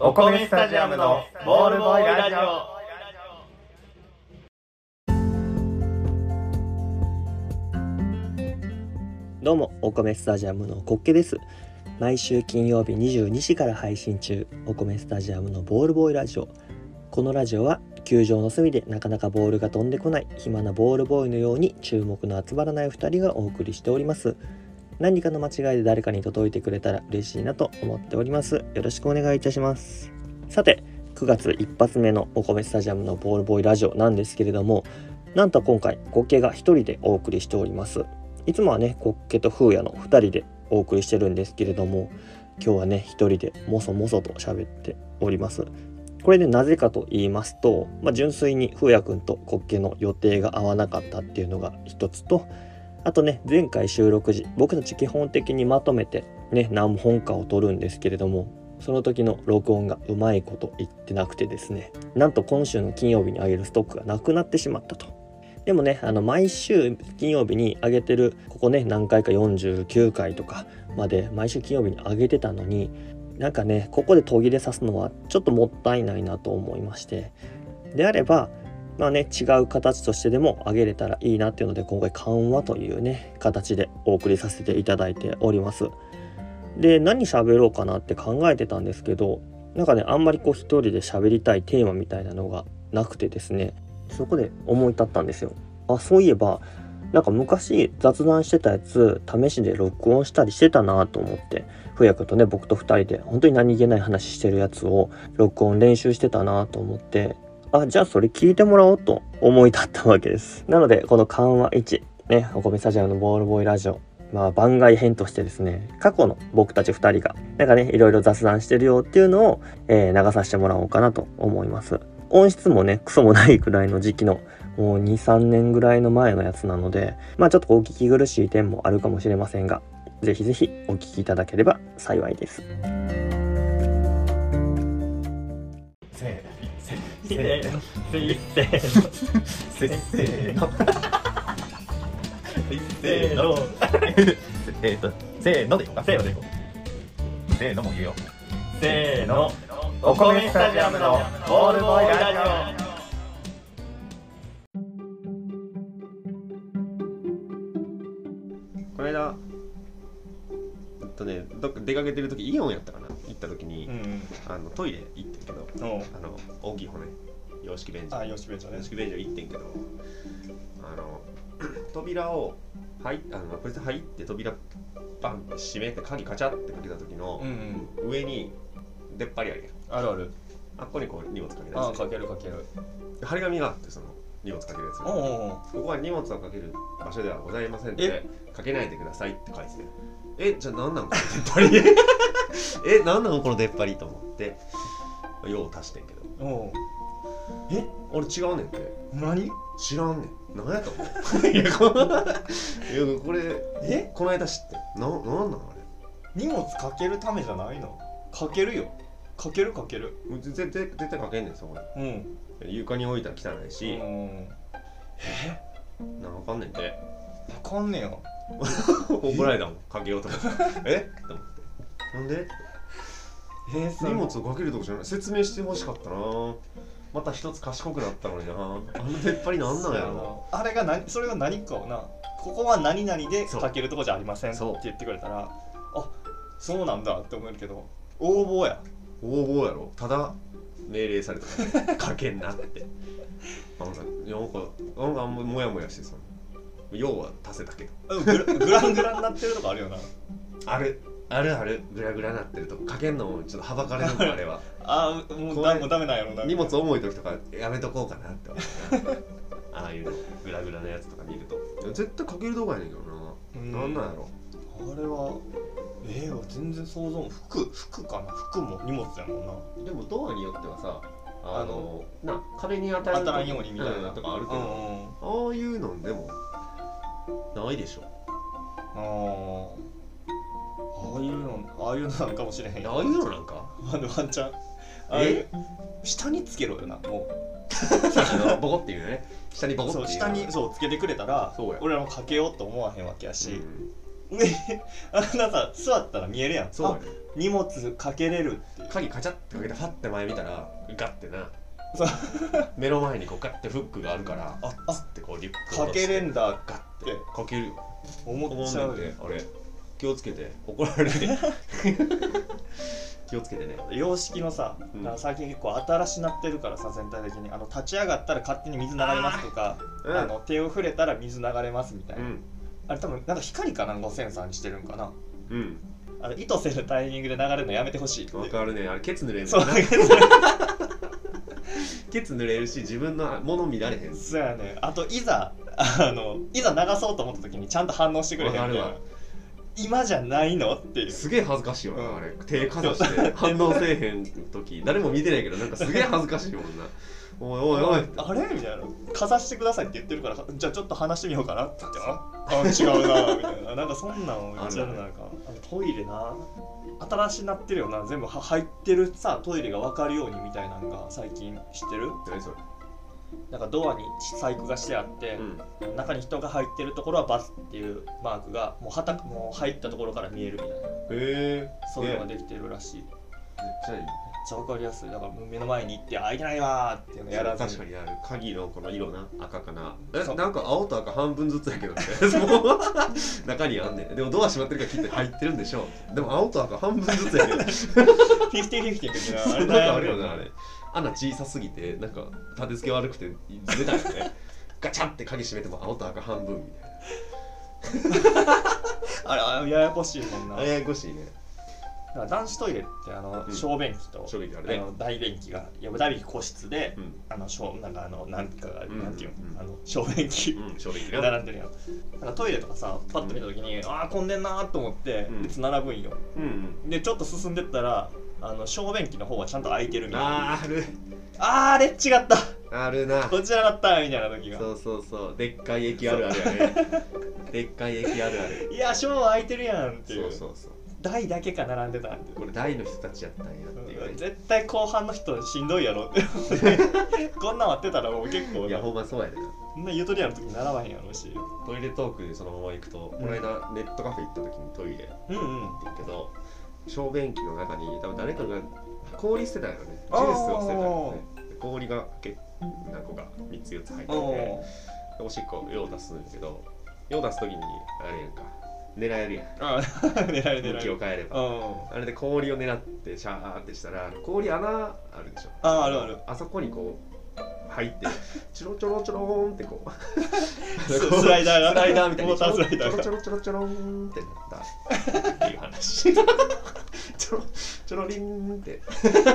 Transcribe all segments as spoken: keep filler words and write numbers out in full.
お米スタジアムのボールボーイラジオ。 どうも、お米スタジアムのコッケです。毎週金曜日にじゅうにじから配信中、お米スタジアムのボールボーイラジオ。このラジオは球場の隅でなかなかボールが飛んでこない暇なボールボーイのように注目の集まらないふたりがお送りしております。何かの間違いで誰かに届いてくれたら嬉しいなと思っております。よろしくお願いいたします。さて、くがつ一発目のお米スタジアムのボールボーイラジオなんですけれども、なんと今回コッケが一人でお送りしております。いつもはね、コッケとフーヤのふたりでお送りしてるんですけれども、今日はね、一人でもそもそと喋っております。これでなぜかと言いますと、まあ、純粋にフーヤくんとコッケの予定が合わなかったっていうのが一つと、あとね、前回収録時、僕たち基本的にまとめてね、何本かを撮るんですけれども、その時の録音がうまいこと言ってなくてですね、なんと今週の金曜日に上げるストックがなくなってしまったと。でもね、あの毎週金曜日に上げてる、ここね、何回かよんじゅうきゅうかいとかまで毎週金曜日に上げてたのに、なんかね、ここで途切れさすのはちょっともったいないなと思いまして、であればまあね、違う形としてでも上げれたらいいなっていうので、今回緩和というね形でお送りさせていただいております。で、何喋ろうかなって考えてたんですけど、なんかね、あんまりこう一人で喋りたいテーマみたいなのがなくてですね、そこで思い立ったんですよ。あ、そういえばなんか昔雑談してたやつ試しで録音したりしてたなと思って、ふやくんとね、僕とふたりで本当に何気ない話してるやつを録音練習してたなと思って、あ、じゃあそれ聞いてもらおうと思い立ったわけです。なのでこの緩和いちね、お米スタジアムのボールボーイラジオ、まあ番外編としてですね、過去の僕たちふたりがなんかね、いろいろ雑談してるよっていうのを、えー、流させてもらおうかなと思います。音質もね、クソもないくらいの時期のもうにさんねんぐらいの前のやつなので、まあちょっとお聞き苦しい点もあるかもしれませんが、ぜひぜひお聞きいただければ幸いです。 せーせーのせーせーのせーのせーのえっとせーのでいこうか。せーのでいこう。せーのも言うよ。せーの、お米スタジアムのボールボーイラジオ。 この間えっとね、どっか出かけてる時、イオンやったかな、行った時に、うん、あのトイレ行ってんけど、あの大きい方ね、洋式便所、あ、洋式便所ね、洋式便所行ってんけど、あの扉を入っあのこれで入って扉バンって閉めて鍵カチャってかけた時の、うんうん、上に出っ張りあるやん。あるある。あっこにこう荷物かけるやつ。ああ、かけるかける。張り紙があって、その荷物かけるやつ。おうおうおう、ここは荷物をかける場所ではございませんので、かけないでくださいって書いてて、え、じゃあ何なんこの出っ張りえ、何なのこの出っ張りと思って用を足してんけど、おう、え、俺違うねんって。何？知らんねん。何やと思ういや、このいやこれえこの間知ってな、なんなんあれ。荷物かけるためじゃないの？かけるよ。かけるかける。絶対絶対かけんねん、そこで。うん。床に置いたら汚いし。うん。え？なんかわかんねんて。わかんねえよ。怒られたもん、かけようと思って。え？と思って。なんで？えー、荷物をかけるとこじゃない。説明してほしかったな。また一つ賢くなったのにな。あの出っ張りなんなんやろ。あれが何、それが何かをな、ここは何々でかけるとこじゃありませんって言ってくれたら、あ、そうなんだって思えるけど、横暴や。横暴やろ。ただ命令されたからかけんなって。なんかなんかなんかもやもやしてさ、用は足せたけど。グラグラングラになってるとこあるよな。ある。あるある、グラグラなってるとこかけんのもちょっとはばかれるのあれは。ああ、もうだもうダメなんやろな。荷物重い時とかやめとこうかなって思う。ああいうのグラグラなやつとか見ると絶対かけるとこやねんけどな。なんなんやろあれは。えー、全然想像。服服かな。服も荷物やもんな。でもドアによってはさ、あのな壁に当たらんようにみたいなとかあるけど、ああいうのでもないでしょ。ああ。ああいうの、ああいうのなんかもしれへん。ああいうのなんかあのワンちゃん。え？下につけろよな、もう。ボコっていうね。下にボコっていう。そう、下にそうつけてくれたら、俺らもかけようと思わへんわけやし、 上あんなさ座ったら見えるやん。 そうだね、 荷物かけれるっていう。 鍵カチャってかけてファッて前見たらガッてな、 そう目の前にこうガッてフックがあるから、あっつってこうリュックかけれんだガッてかけるよ。 思っちゃうね。あれ気をつけて、怒られるね気をつけてね。 洋式のさ、うん、最近結構新しなってるからさ、全体的にあの立ち上がったら勝手に水流れますとか、あ、うん、あの手を触れたら水流れますみたいな、うん、あれ多分なんか光かなんかをセンサーにしてるんかな。うん。あの意図せるタイミングで流れるのやめてほしいって。 わかるね。あれケツ濡れるもんな。ケツ濡れるし自分のもの見られへん。 そうやね。あといざあのいざ流そうと思った時にちゃんと反応してくれへんから。今じゃないのっていう。 すげえ恥ずかしいよな、うん、あれ手かざして反応せえへん時誰も見てないけどなんかすげえ恥ずかしいもんなおいおいおいあれみたいな、かざしてくださいって言ってるからじゃあちょっと話してみようかなって言ってああ違うなみたいななんかそんなんを言っちゃう。なんかあのトイレな新しなってるよな。全部は入ってるさトイレが分かるようにみたいなのが最近知ってる？ 何それ？ なんかドアに細工がしてあって、うん、中に人が入ってるところはバスっていうマークがもうはたもう入ったところから見えるみたいな。へえ。 そういうのができてるらしい。めっちゃいい。めっちゃ分かりやすい。だから目の前に行ってあいけないわーっていうのやらずに。 確かにある。鍵のこの色な赤かな。えなんか青と赤半分ずつやけどね。中にあんねん。でもドア閉まってるから切って入ってるんでしょ。でも青と赤半分ずつやけど。フィフティフィフティ的なあれなんかあるよなあれ。穴小さすぎてなんか立て付け悪くてずれたよね。ガチャンって鍵閉めても青と赤半分みたいな。 あれややこしいもんな。 ややこしいね。 だから男子トイレってあの、うん、小便器と小便器あるね、 あの大便器がいや大便器個室で、うん、あの小なんかあのなんかが、うん、なんていうの、うん、あの小便器、 うん、小便器並んでるやん。なんかトイレとかさパッと見た時に、うん、ああ混んでんなーと思って列並ぶんよ。うんうん、でちょっと進んでったらあの小便器の方はちゃんと空いてるみたいな。 あーある。 あーあれ違った。 あるな。 こっちなかったみたいな時が。 そうそうそう。でっかい駅あるあるやね。でっかい駅あるある。 いや小は空いてるやんっていう。 そうそうそう。 台だけか並んでたって。 これ台の人たちやったんやっていう、 うん、絶対後半の人しんどいやろってこんなん待ってたらもう結構いやほんまそうやでな。 そんなゆとりある時に並ばへんやろし。 トイレトークでそのまま行くと、うん、この間ネットカフェ行った時にトイレうんうんって言うけど、小便器の中に多分誰かが氷捨てたよね。ジュースを捨てたよね。氷が結何個かみっつよっつ入ってて、おしっこ用出すんだけど、用出す時にあれやんか狙えるやん。 あ狙える狙える。 向きを変えればあれで氷を狙ってシャーってしたら氷穴あるでしょ。 ああるある。 あそこにこう入ってチョロチョロチョローンってこうスライダーがスライダーみたいなチョロチョロチョロチョロチョローンってなったっていう話。チョロチョロリンって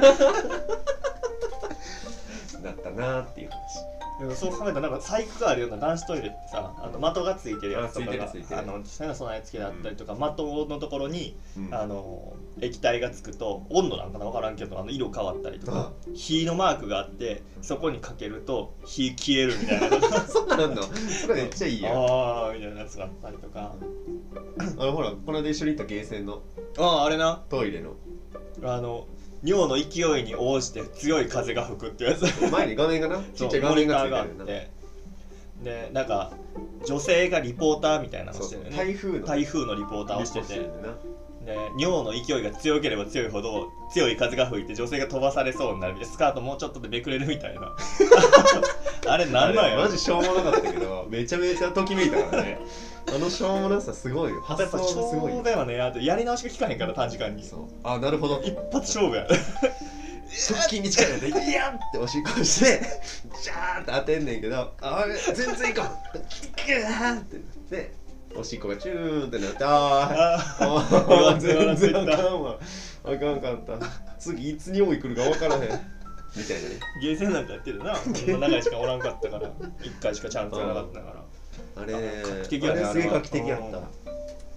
なったなーっていう話。 でもそう考えたらなんか細工があるような男子トイレってさ、あの的がついてるやつとかがあのそういうの備え付けだったりとか、うん、的のところに、うん、あの液体がつくと温度なんかな分からんけどあの色変わったりとか、火のマークがあってそこにかけると火消えるみたいな。 そうなんの？それめっちゃいいやん。 ああみたいなやつがあったりとか。 あのほらこの間一緒に行ったゲーセンのあああれなトイレのあの尿の勢いに応じて強い風が吹くっていうやつ。 前に画面がなちっちゃい画面がついてるな。 でなんか女性がリポーターみたいなのをしてるね。 台風の台風のリポーターをしてて、で尿の勢いが強ければ強いほど強い風が吹いて女性が飛ばされそうになるみたいな、スカートもうちょっとでめくれるみたいな。あれなんなんや。 マジしょうもなかったけどめちゃめちゃときめいたからね。あのしょうもなさすごいよ。 あとやっぱ勝負はね、あとやり直しが効かへんから短時間に。 そう。あ、なるほど。 一発勝負や。 側近に力入れて、いやっておしっこして、ジャーって当てんねんけど、あれ全然いかん。ギャーってなって、おしっこがチューンってなって、ああ、全然あかんわ。あかんかった。次いつに尿意来るか分からへん。みたいなね。 ゲーセンなんかやってるな。そんな長い時間おらんかったから、一回しかチャンスがなかったから。 あれね、 画期的やね。 あれすげえ画期的やった。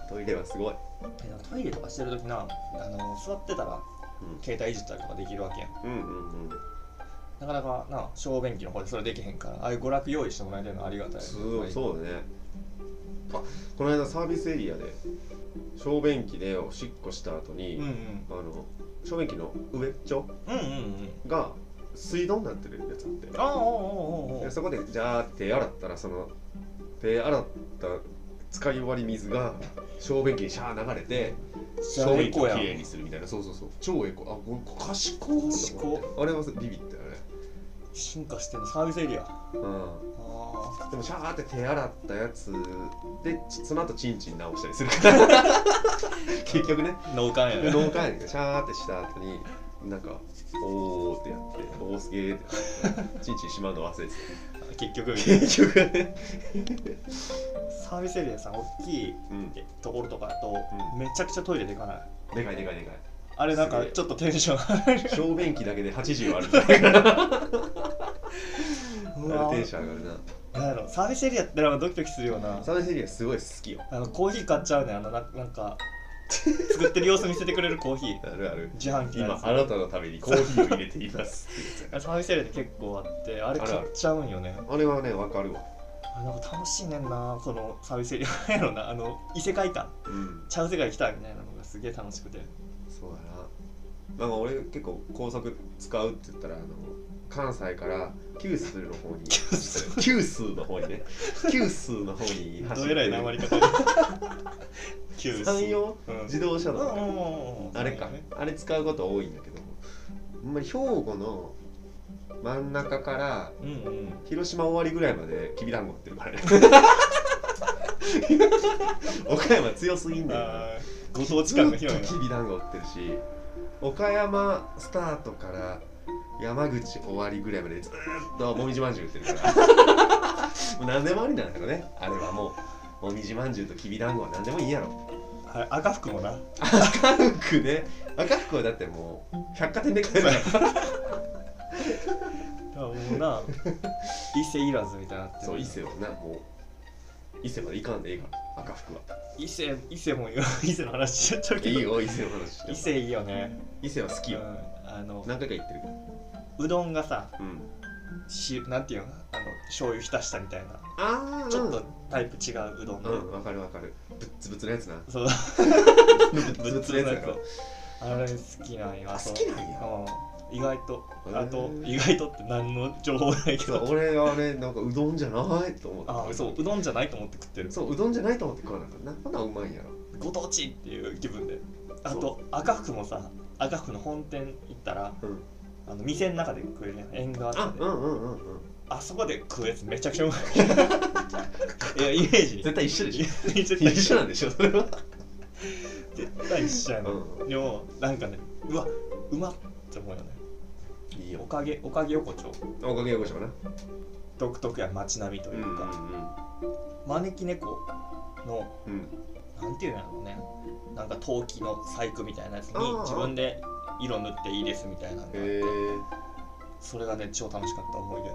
トイレはすごい。 トイレとかしてるときな、あの座ってたら、うん、携帯いじったりとかできるわけやん。 うんうんうん。 なかなかな、小便器の方でそれできへんから、ああいう娯楽用意してもらえてるのありがたい。 そうそうだね。あ、この間サービスエリアで小便器でおしっこした後に、うんうん、あの小便器の上っちょ、うんうんうん、が水道になってるやつあって、ああああああ、そこでじゃあ手洗ったらその手洗った使い終わり水が小便器にシャー流れて小便器をきれいにするみたいな。そうそうそう、超エコ。あ、これ賢い。賢い。あれはビビったよね。 進化してるサービスエリア。うん。 あでもシャーって手洗ったやつでその後チンチン直したりするから結局ね脳幹やね。 脳幹やねんけどシャーってした後になんかおーってやっておーすげーってやってチンチンしまうの忘れてた結局結局ねサービスエリアさん大きいところとかだと、うん、めちゃくちゃトイレでかない。 でかいでかいでかい。 あれなんかちょっとテンション上がる。 小便器だけではちじゅうあるんじゃないかな。あれテンション上がるな。 なんやろ、サービスエリアってなんかドキドキするよな。 サービスエリアすごい好きよ。 あのコーヒー買っちゃうね。あの な, なんか作ってる様子見せてくれるコーヒー。 あるある。 自販機今あなたのためにコーヒーを入れていますってサービスエリアって結構あってあれ買っちゃうんよね。 あれはねわかるわ。 あなんか楽しいねんなこのサービスエリアやろな。あの異世界観、うん、ちゃう世界来たみたいなのがすげえ楽しくて。 そうやな。なんか俺結構高速使うって言ったらあの関西から九州の方に九州の方にね九州の方に走ってどえらいなまり方山陽自動車道、うん、あれか、ね、あれ使うこと多いんだけどほんまに兵庫の真ん中から、うんうん、広島終わりぐらいまできびだんご売ってるからね岡山強すぎんだよな。 ご当地感が広いな。 きびだんご売ってるし岡山スタートから山口終わりぐらいまでずーっともみじまんじゅう売ってるからもう何でもありなんだけどね。あれはもうもみじまんじゅうときびだんごは何でもいいやろ。 あれ赤福もな。 赤福ね。赤福はだってもう百貨店で買えるからもうな伊勢いらずみたいになってる。 そう伊勢はなもう伊勢まで行かんでいいから赤福は。 伊勢伊勢も伊勢の話しちゃっちゃうけど。 いいよ伊勢の話して。 伊勢いいよね。 伊勢は好きよ。うん、 あの何回か行ってる。 うどんがさ、うん、しなんていうのあの醤油浸したみたいな。あちょっとタイプ違ううどん。 うんわかるわかる。ぶっつぶつのやつな。 そう。ぶっつぶつのやつ。あれ好きなんや。 好きなんや。 意外とあと意外とって何の情報ないけど俺はねなんかうどんじゃないと思って。 あそううどんじゃないと思って食ってる。 そううどんじゃないと思って食わなかった。なんかうまいんやろご当地っていう気分で。あと赤福もさ赤福の本店行ったら、うん、あの店の中で食えるやん縁側とかで。あ、うんうんうんうん、あそこで食うやつめちゃくちゃうまいいやイメージ絶対一緒でしょ一緒なんでしょそれは絶対一緒やの、うん、でもなんかねうわうまって思うよね。いいよおかげおかげ横丁おかげ横丁かな。 独特や街並みというか、うんうんうん、招き猫の、うん、なんていうんやろうねなんか陶器の細工みたいなやつに自分で色塗っていいですみたいなのがあって、それがね超楽しかった思い出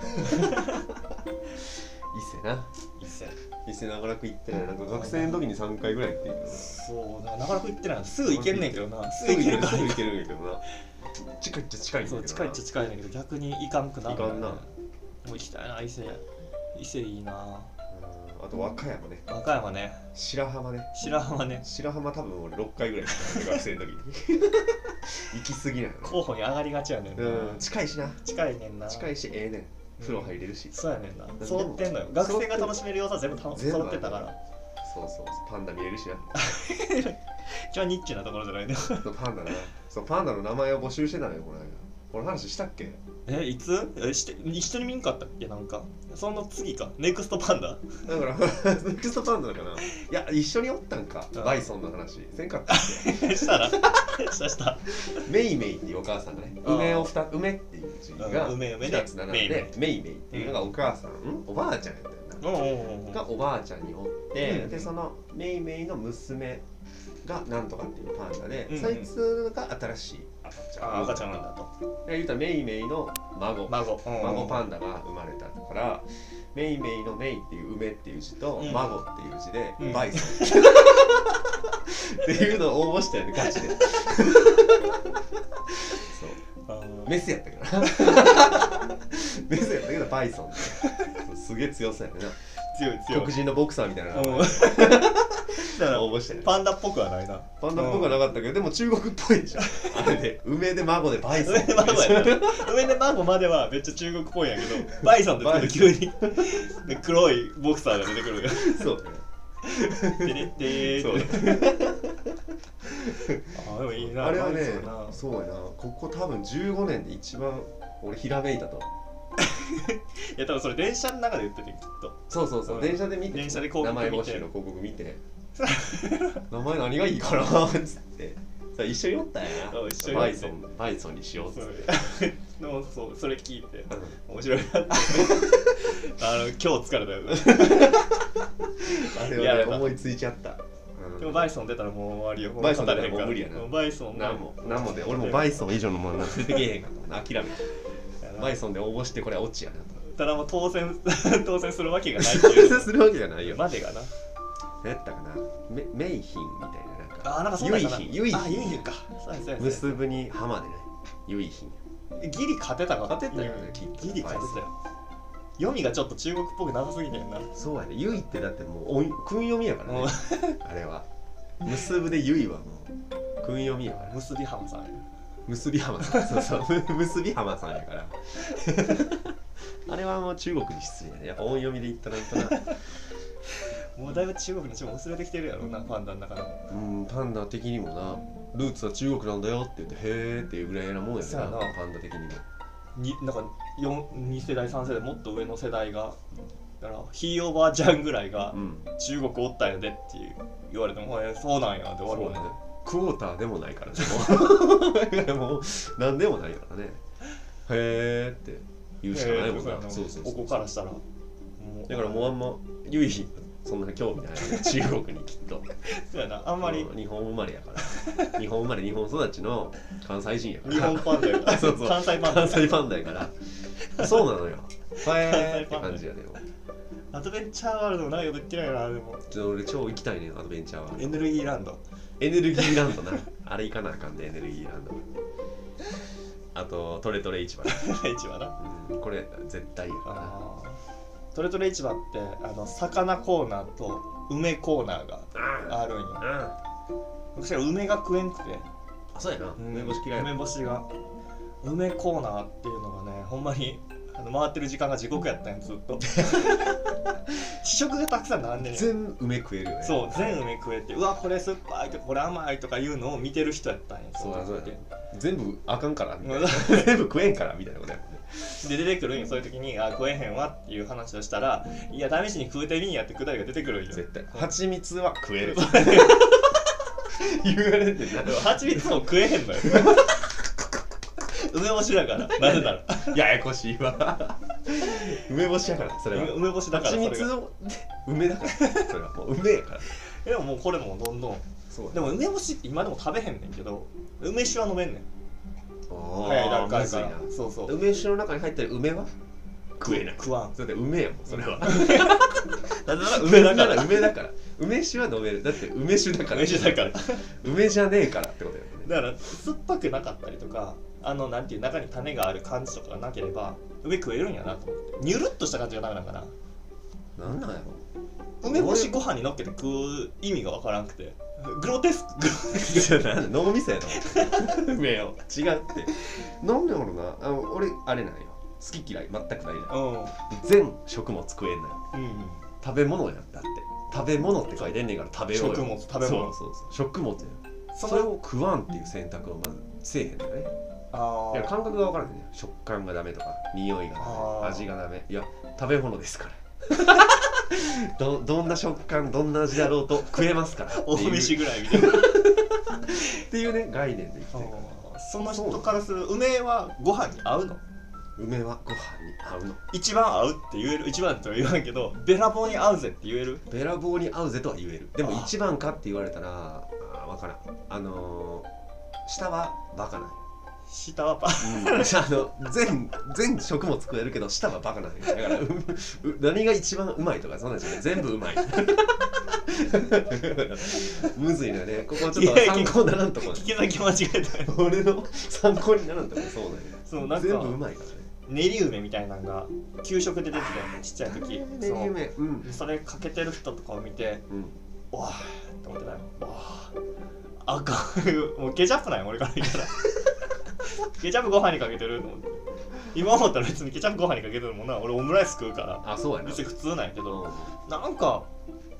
伊勢な伊勢伊勢長らく行ってない。なんか学生の時にさんかいぐらい行ってるけどそうだから長らく行ってないすぐ行けんねんけどなすぐ行けるすぐ行けるんやけどな近いっちゃ近いんだけどな。 そう近いっちゃ近いんだけど逆に行かんくなる。 行かんな。 もう行きたいな伊勢伊勢いいな。 あと和歌山ね。 和歌山ね。 白浜ね。 白浜ね。 白浜多分俺ろっかいぐらい行った学生の時に行き過ぎない。 候補に上がりがちやねんな。 うん近いしな。 近いねんな。 近いしええねん。風呂入れるし、 うん、そうやねんな。揃ってんのよ。学生が楽しめる要素は全部揃ってたから。 そうそうパンダ見れるしな一番ニッチなところじゃないねパンダな。そうパンダの名前を募集してたのよこの間。この話したっけ。 えいつえして一緒に見んかったっけ。なんかその次かネクストパンダだからネクストパンダかな。いや一緒におったんか。バイソンの話せんかったっけしたらしたしたメイメイっていうお母さんがね梅をふた梅っていう字がふたつ並んでメイメイっていうのがお母さん、うん、おばあちゃんやったよながおばあちゃんにおって、うん、でそのメイメイの娘がなんとかっていうパンダで、うんうん、そいつが新しい赤ちゃん。 赤ちゃんなんだと。 で言うたらメイメイの孫孫、孫パンダが生まれたからメイメイのメイっていう梅っていう字と、うん、孫っていう字で、うん、バイソンっていうのを応募したよねガチでそうメスやったけどなメスやったけどバイソンってすげえ強そうやねな。 強い強い黒人のボクサーみたいなのを応募してる。 パンダっぽくはないな。 パンダっぽくはなかったけどでも中国っぽいでしょあれで梅で孫でバイソン梅で孫や梅で孫まではめっちゃ中国っぽいんやけどバイソンって言うと急にで黒いボクサーが出てくるそうでれってそうあでもいいな。 あれはね、そうやな、ここ多分じゅうごねんで一番俺ひらめいたと。 いや多分それ電車の中で言っててきっと。 そうそうそう、うん、電車で見て、 電車で広告見て、 名前募集の広告見て名前何がいいかなっつってさ一緒におったんやな。一緒にバイソンバイソンにしようっつってでもそうそれ聞いて面白いなってあの今日疲れたよあれは、ね、思いついちゃった、 うん、でもバイソン出たらもう終わりよ。 バイソン出たらもう無理やな。 バイソン何も何もで俺もバイソン以上のもの出てけえへんかった諦めたバイソンで応募してこれはオチやなと。 ただもう当選当選するわけがないっていう当選するわけがないよまでがな。 何やったかな、メメイヒンみたいな、なんかあなんかそうだな。 ユイヒンユイヒンあユイヒンか。 結ぶに浜でねユイヒンギリ勝てたか。 勝てたよね。ギリ勝てたよ。読みがちょっと中国っぽくなさすぎてんな。 そうやね。ユイってだってもう訓読みやからねあれは結ぶでユイはもう訓読みやから結び浜さんや。 結び浜さんそうそう結び浜さんやからあれはもう中国に失礼ね。やっぱ音読みで言ったらいいかなもうだいぶ中国の人も薄れてきてるやろな、パンダの中で。 うんパンダ的にもな、ルーツは中国なんだよって言ってへーっていうぐらいなもんやな、パンダ的にもになんかに世代さん世代もっと上の世代がだからひいおばあちゃんぐらいが、うん、中国おったんやでっていう言われてもえそうなんやで終わるもんね。 クォーターでもないからねもう何でもないからねへーって言うしかないもんな。そうそうそうここからしたらもうだからもうあんまユイヒンそんな興味ない中国にきっとそうやなあんまり、 うん、日本生まれやから日本生まれ日本育ちの関西人やから日本パンダやからそうそう関西パンダ関西パンダやからそうなのよへーって感じやね。 アドベンチャーワールドもないよってないな。でもちょ俺超行きたいねアドベンチャーワールド。 エネルギーランドエネルギーランドなあれ行かなあかんねエネルギーランド。あとトレトレ市場市場な、 うん、これ絶対やからな。 トレトレ市場ってあの魚コーナーと梅コーナーがあるんよ。私は梅が食えんくて。 あそうやな、梅干し嫌い。 梅干しが梅コーナーっていうのがねほんまにあの回ってる時間が地獄やったんよずっと試食がたくさん並んでる。 全梅食えるよね。 そう全梅食えてうわこれ酸っぱいとかこれ甘いとかいうのを見てる人やったんよ。 そうだそうだ全部あかんからみたいな全部食えんからみたいなことやもんね。 で出てくるんよそういう時にあ食えへんわっていう話をしたらいや試しに食うてみんやってくだりが出てくるんよ。 絶対蜂蜜は食える言われてな。 蜂蜜も食えへんのよ梅干しだからなぜならややこしいわ梅干しやからそれは梅干しだから蜂蜜を梅だからそれはもう梅やからでももうこれもどんどんそうでも梅干しって今でも食べへんねんけど梅酒は飲めんねん。早い段階からそうそう梅酒の中に入ってる梅は食えない食わん。 だって梅やもんそれはなんなら梅だから梅だから梅酒は飲めるだって梅酒だから梅酒だから梅じゃねえからってことだよね。 だから酸っぱくなかったりとかあのなんていう中に種がある感じとかがなければ梅食えるんやなと思ってニュルっとした感じがダメなんかな。 なんなんやろ梅干しご飯にのっけて食う意味がわからんくてグロテスクグロテスク脳みそやの梅を違うってなんでやろなあの俺あれなんよ好き嫌い全くないじゃん、うん、全食物食えんのよ、うん、食べ物やったって食べ物って書いてんねんから食べようよ。 食物食べ物そうそうそう食物やそ, それを食わんっていう選択をまずせえへんのよね。あいや感覚が分からんねん。食感がダメとか匂いがダメ味がダメいや食べ物ですからど, どんな食感どんな味だろうと食えますからお飯ぐらいみたいなっていうね概念で生きてるから。 その人からする梅はご飯に合うの？ 梅はご飯に合うの。 一番合うって言える。一番とは言わんけどべらぼうに合うぜって言える。 べらぼうに合うぜとは言える。でも一番かって言われたらあ分からん。あのー、下はバカなんよ。 下はバカ、 うん、あの 全, 全食物食えるけど下はバカなんよ。だから何が一番うまいとかそんなんじゃない。全部うまいむずいなね。ここちょっと参考にならんとこ聞き先間違えた俺の参考にならんとこそうなんよ。 そうなんか全部うまいからね。 練り梅みたいなのが給食で出てたよねちっちゃい時。 練り梅、うん、 それかけてる人とかを見て、うん、わーって思ってない。わーあかんもうケチャップなんよ俺から言ったらケチャップご飯にかけてると思って。今思ったら別にケチャップご飯にかけてるもんな。俺オムライス食うからあそうやな別に普通なんやけど、うん、なんか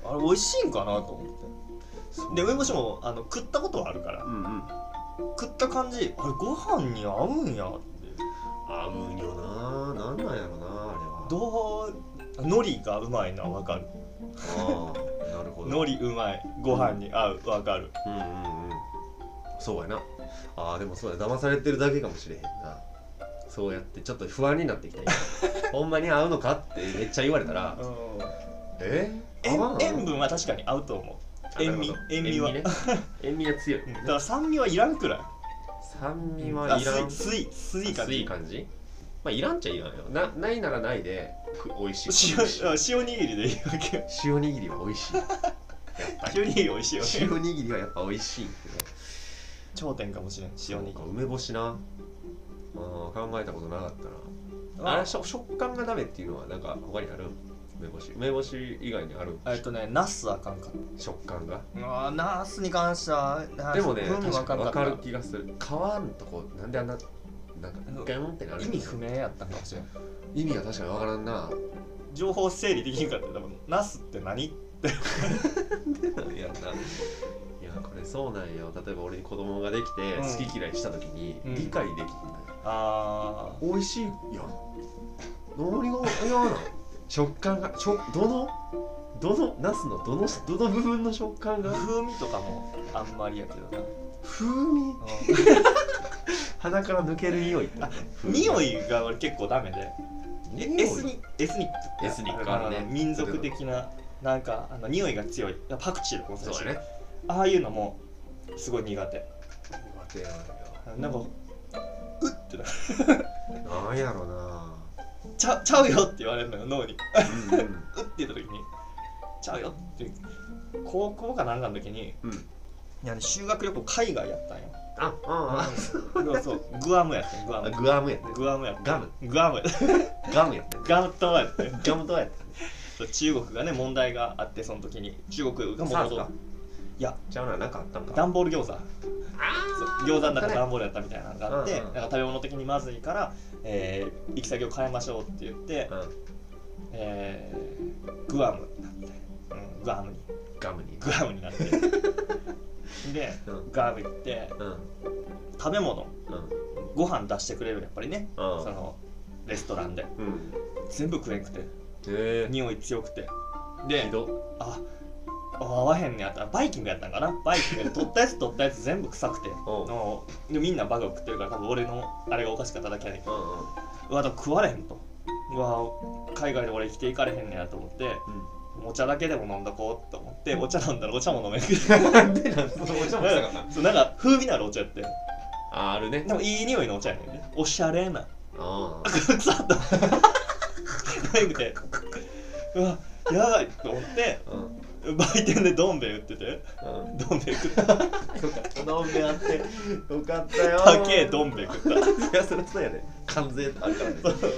あれ美味しいんかなと思って。で梅干しもあの食ったことはあるから、うんうん、食った感じあれご飯に合うんやって。 合うんよな。なんなんやろなあれは。 どう海苔がうまいのは分かる。 ああなるほど。 海苔うまいご飯に合う分かる。 うんうんうん。そうやな。ああでもそうや、騙されてるだけかもしれへんな。そうやってちょっと不安になってきたほんまに合うのかってめっちゃ言われたら、うん、えー、塩分は確かに合うと思う。塩味塩味は塩味が強い。 だから酸味はいらんくらい。 酸味はいらん。 スイスイ感じ。感じ。まあいらんっちゃいらんよ。なないならないで美味しい。 塩塩握りでいいわけ。 塩握りは美味しい。やっぱり塩握り美味しいよね。 塩握りはやっぱ美味しいけど。 頂点かもしれん。塩握り。 梅干しな。あ考えたことなかったな。あれ食感がダメっていうのはなんか他にある？梅干し梅干し以外にある？ えっとねナスあかんかった。 食感が。 あナスに関してはでもね確かに分かる気がする。皮のとこなんであんななんかガンってなる？ 意味不明やったんかもしれん。 意味は確かに分からんな。 情報整理できんかった。多分ナスって何ってでなんやんな。いやこれそうなんよ。例えば俺に子供ができて好き嫌いした時に理解できひんのよ。あー美味しいやん。何が嫌なの？食感がちょどのどのナスのどのどの部分の食感が風味とかもあんまりやけどな。 風味鼻から抜ける匂いって、ね、 匂いが俺結構ダメでエスニエスニックエスニックあるね。 民族的ななんかあの匂いが強いパクチーとかもそうだね。 ああいうのもすごい苦手。 苦手なんや。 なんかうってなる。 なんやろな。 ちゃちゃうよって言われるのよ脳に。うん、うん、うって言った時にちゃうよって高校かなんかの時に、うん、いやね修学旅行海外やったんよ。 あああそうそうグアムやってグアムグアムやってグアムやってガムグアムやってガムやってガムとやってガムとやって中国がね問題があってその時に中国がもともといやじゃあななんかあったんか。 段ボール餃子。餃子の中段ボールやったみたいなのがあって、なんか食べ物的にまずいから、えー、行き先を変えましょうって言って、うんえー、グアムになって、うん、グアムにガムにグアムになってで、うん、グアム行って、うん、食べ物、うん、ご飯出してくれるやっぱりね、うん、そのレストランで、うん、全部食えんくて、えー、匂い強くてであ合わへんねやったらバイキングやったんかな。バイキングで取ったやつ取ったやつ全部臭くてでみんなバカを食ってるから多分俺のあれがおかしかっただけやねんけど、うわだから食われへんと。うわ海外で俺生きていかれへんねやと思って、うん、お茶だけでも飲んだこうと思ってお茶飲んだらお茶も飲めんくてなんでなんそのお茶も臭かったそうなんか風味のあるお茶やってああるね。 でもいい匂いのお茶やねんね。おしゃれなああ臭っとないくてうわやばいと思って、うん売店でどん兵衛売ってて、うん、どん兵衛食ったよかったどん兵衛あってよかったよ高えどん兵衛食ったいやそれそうやね関税あるからね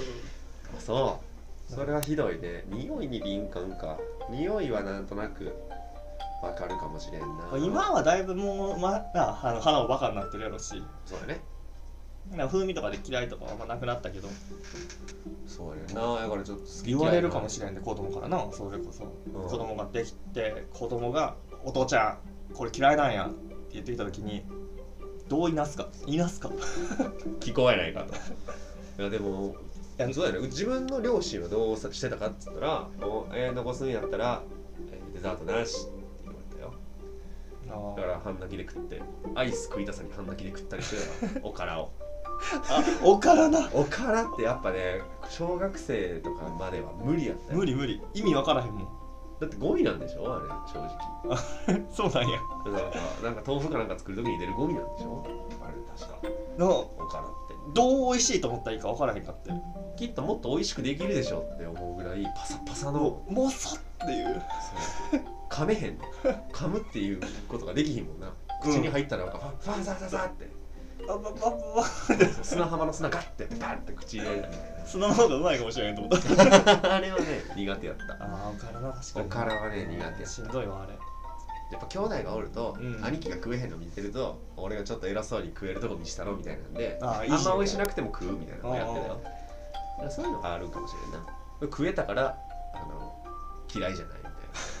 そうそれはひどいね。匂いに敏感か。匂いはなんとなくわかるかもしれんな。 今はだいぶもうまああの鼻もバカになってるやろしそうやね。 なんか風味とかで嫌いとかはあんまなくなったけどそうやな。だからちょっと好き言われるかもしれんで子供からな。それこそ、うん、子供ができて子供がお父ちゃんこれ嫌いなんやって言ってきた時にどういなすかいなすか聞こえないかと。いやでもいやそうやね。自分の両親はどうしてたかっつったらもう、えー、残すんやったら、えー、デザートなしって言われたよ。だから半泣きで食ってアイス食いたさに半泣きで食ったりしてたよおからをあ、おからな。 おからってやっぱね小学生とかまでは無理やったよ。 無理無理意味わからへんもん。 だってゴミなんでしょあれ正直そうなんや。 なんかなんか豆腐かなんか作る時に出るゴミなんでしょあれ確かのおからってどう美味しいと思ったらいいかわからへんかって。 きっともっと美味しくできるでしょって思うぐらいパサパサのもさっていう噛めへんの噛むっていうことができひんもんな。口に入ったらなんかファンザザザってババババ砂浜の砂ガッてバンって口入れるみたいな。 砂の方がうまいかもしれないと思ったあれはね苦手やった。 ああおからな確かに。 おからはね苦手やった。 しんどいわあれ。 やっぱ兄弟がおると、うん、兄貴が食えへんの見てると俺がちょっと偉そうに食えるとこ見したろみたいなんで あ, あ, いいあんま美味しなくても食うみたいなのをやってたよ。そういうのがあるかもしれんな。食えたからあの嫌いじゃないみたい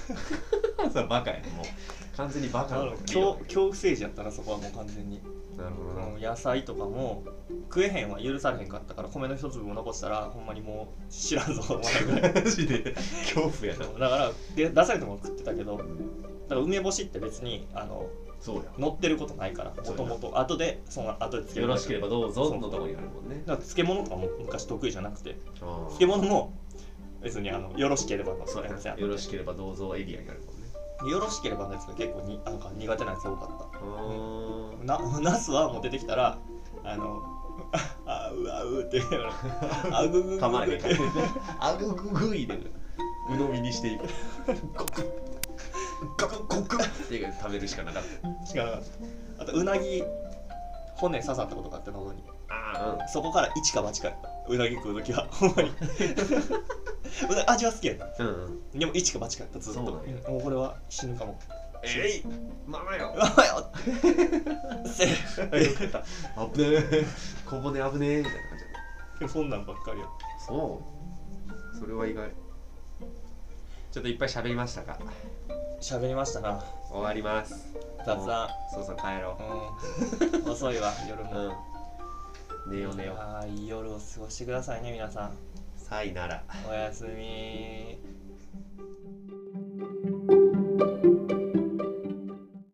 それバカやもう完全にバカなの。 恐怖政治やったなそこはもう完全に。 なるほどな。野菜とかも食えへんは許されへんかったから米の一粒も残したらほんまにもう知らんぞお前ぐらいマジで恐怖やな。 だからで出されたもの食ってたけど、だから梅干しって別にあのそうや乗ってることないからもともと後でその後で漬物よろしければどうぞのところにあるもんね。 だから漬物とかも昔得意じゃなくて漬物も別にあのよろしければのそうやな。よろしければどうぞエリアにあるもんね。 よろしければのやつが結構になんか苦手なやつ多かった。なナスはもう出てきたらあのあうあうって言うからあぐぐぐ噛まれへんからあぐぐぐいで鵜呑みにしていくゴクッゴクッゴクッって食べるしかなかったしかなかった。あとうなぎ骨刺さったことがあって喉に。 あ、うん、 そこから一か八かやった。うなぎ食う時はほんまに味は好きやった、うんうん、でも一か八かやったずっと。もうこれは死ぬかも。 えいママよママよせあぶねえ小骨あぶねえみたいな感じだ。そんなんばっかりや。 そうそれは意外。ちょっといっぱい喋りましたか。 喋りましたな。 終わります。 雑談。 そうそう帰ろう、うん、遅いわ夜も、 うん、寝よう寝よう。 ああいい夜を過ごしてくださいね皆さん。 さいなら。 おやすみ。